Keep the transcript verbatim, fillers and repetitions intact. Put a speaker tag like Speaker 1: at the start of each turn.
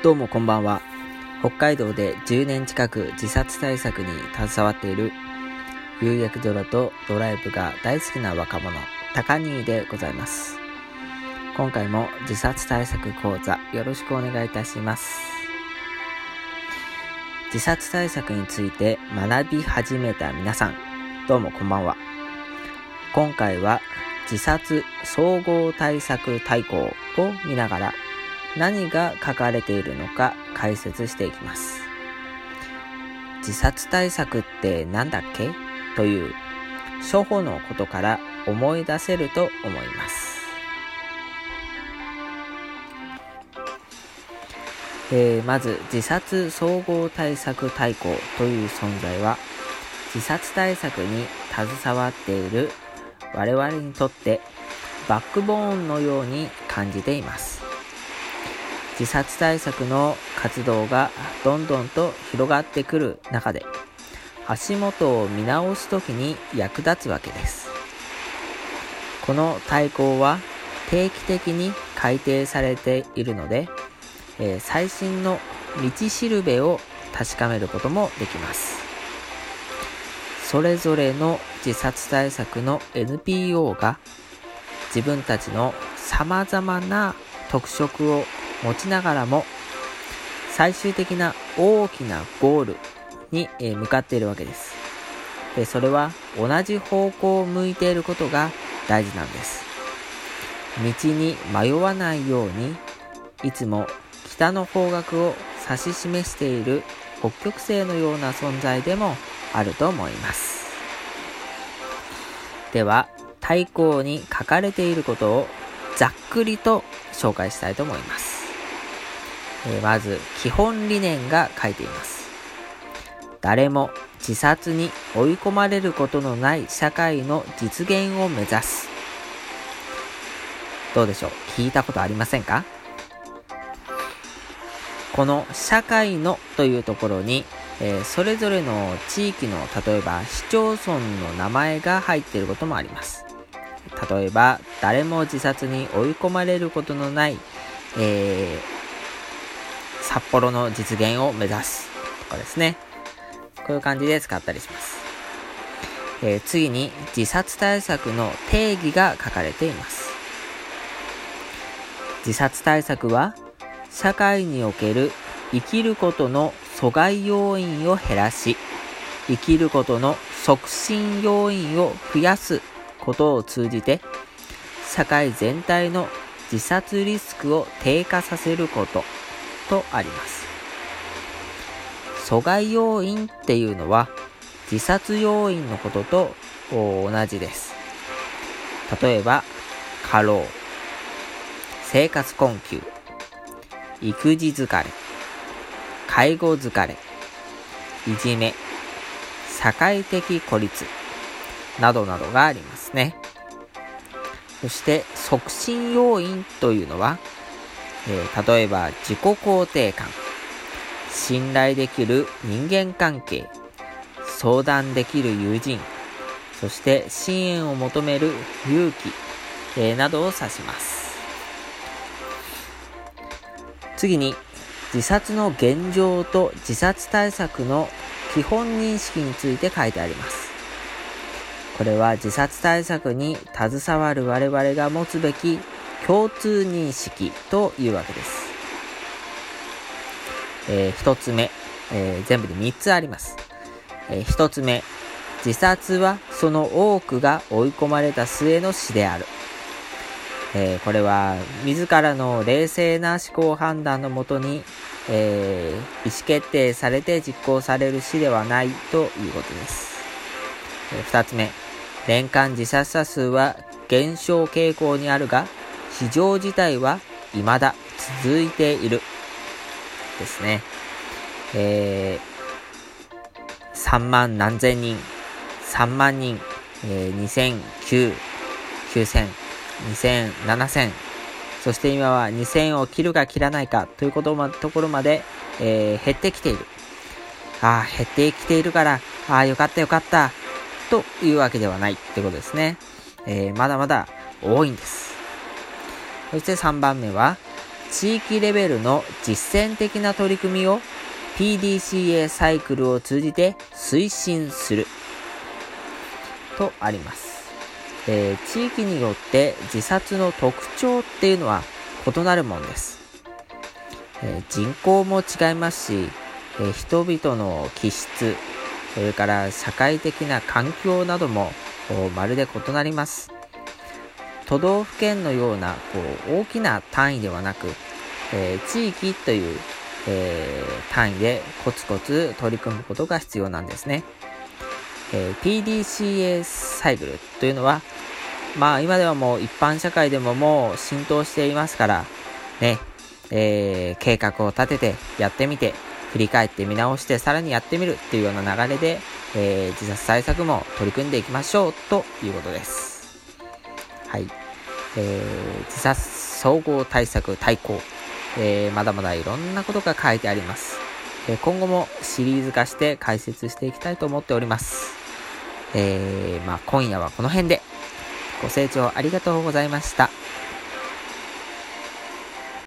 Speaker 1: どうもこんばんは。北海道でじゅうねん近く自殺対策に携わっている有薬ドラとドライブが大好きな若者タカニーでございます。今回も自殺対策講座よろしくお願いいたします。自殺対策について学び始めた皆さん、どうもこんばんは。今回は自殺総合対策大綱を見ながら何が書かれているのか解説していきます。自殺対策って何だっけという初歩のことから思い出せると思います。えー、まず自殺総合対策大綱という存在は自殺対策に携わっている我々にとってバックボーンのように感じています。自殺対策の活動がどんどんと広がってくる中で足元を見直すときに役立つわけです。この大綱は定期的に改訂されているので、えー、最新の道しるべを確かめることもできます。それぞれの自殺対策の エヌピーオー が自分たちの様々な特色を持ちながらも最終的な大きなゴールに向かっているわけです。それは同じ方向を向いていることが大事なんです。道に迷わないようにいつも北の方角を指し示している北極星のような存在でもあると思います。では大綱に書かれていることをざっくりと紹介したいと思います。えー、まず基本理念が書いています。誰も自殺に追い込まれることのない社会の実現を目指す。どうでしょう、聞いたことありませんか？この社会のというところに、えー、それぞれの地域の例えば市町村の名前が入っていることもあります。例えば誰も自殺に追い込まれることのない、えー、札幌の実現を目指すとかですね、こういう感じで使ったりします。えー、次に自殺対策の定義が書かれています。自殺対策は社会における生きることの阻害要因を減らし、生きることの促進要因を増やすことを通じて社会全体の自殺リスクを低下させることとあります。阻害要因っていうのは自殺要因のことと同じです。例えば過労、生活困窮、育児疲れ、介護疲れ、いじめ、社会的孤立などなどがありますね。そして促進要因というのは、えー、例えば自己肯定感、信頼できる人間関係、相談できる友人、そして支援を求める勇気、えー、などを指します。次に自殺の現状と自殺対策の基本認識について書いてあります。これは自殺対策に携わる我々が持つべき共通認識というわけです。えー、一つ目、えー、全部で三つあります。えー、一つ目、自殺はその多くが追い込まれた末の死である。えー、これは自らの冷静な思考判断のもとに、えー、意思決定されて実行される死ではないということです。えー、二つ目、年間自殺者数は減少傾向にあるが非常事態は未だ続いているですね。えー、さんまん何千人、さんまんにん、えー、にせんきゅう、きゅうせん、にせん、ななせん、そして今はにせんを切るか切らないかということまところまで、えー、減ってきている。ああ、減ってきているから、ああ、よかったよかったというわけではないということですね。えー、まだまだ多いんです。そしてさんばんめは、 地域レベルの実践的な取り組みを ピーディーシーエー サイクルを通じて推進するとあります。えー、地域によって自殺の特徴っていうのは異なるものです。えー、人口も違いますし、えー、人々の気質、それから社会的な環境などもまるで異なります。都道府県のようなこう大きな単位ではなく、えー、地域という、えー、単位でコツコツ取り組むことが必要なんですね。えー、ピーディーシーエー サイクルというのは、まあ今ではもう一般社会でももう浸透していますからね、えー、計画を立ててやってみて、振り返って見直してさらにやってみるっていうような流れで、えー、自殺対策も取り組んでいきましょうということです。はい、えー、自殺総合対策大綱、えー、まだまだいろんなことが書いてあります。えー、今後もシリーズ化して解説していきたいと思っております。えー、まあ今夜はこの辺でご清聴ありがとうございました。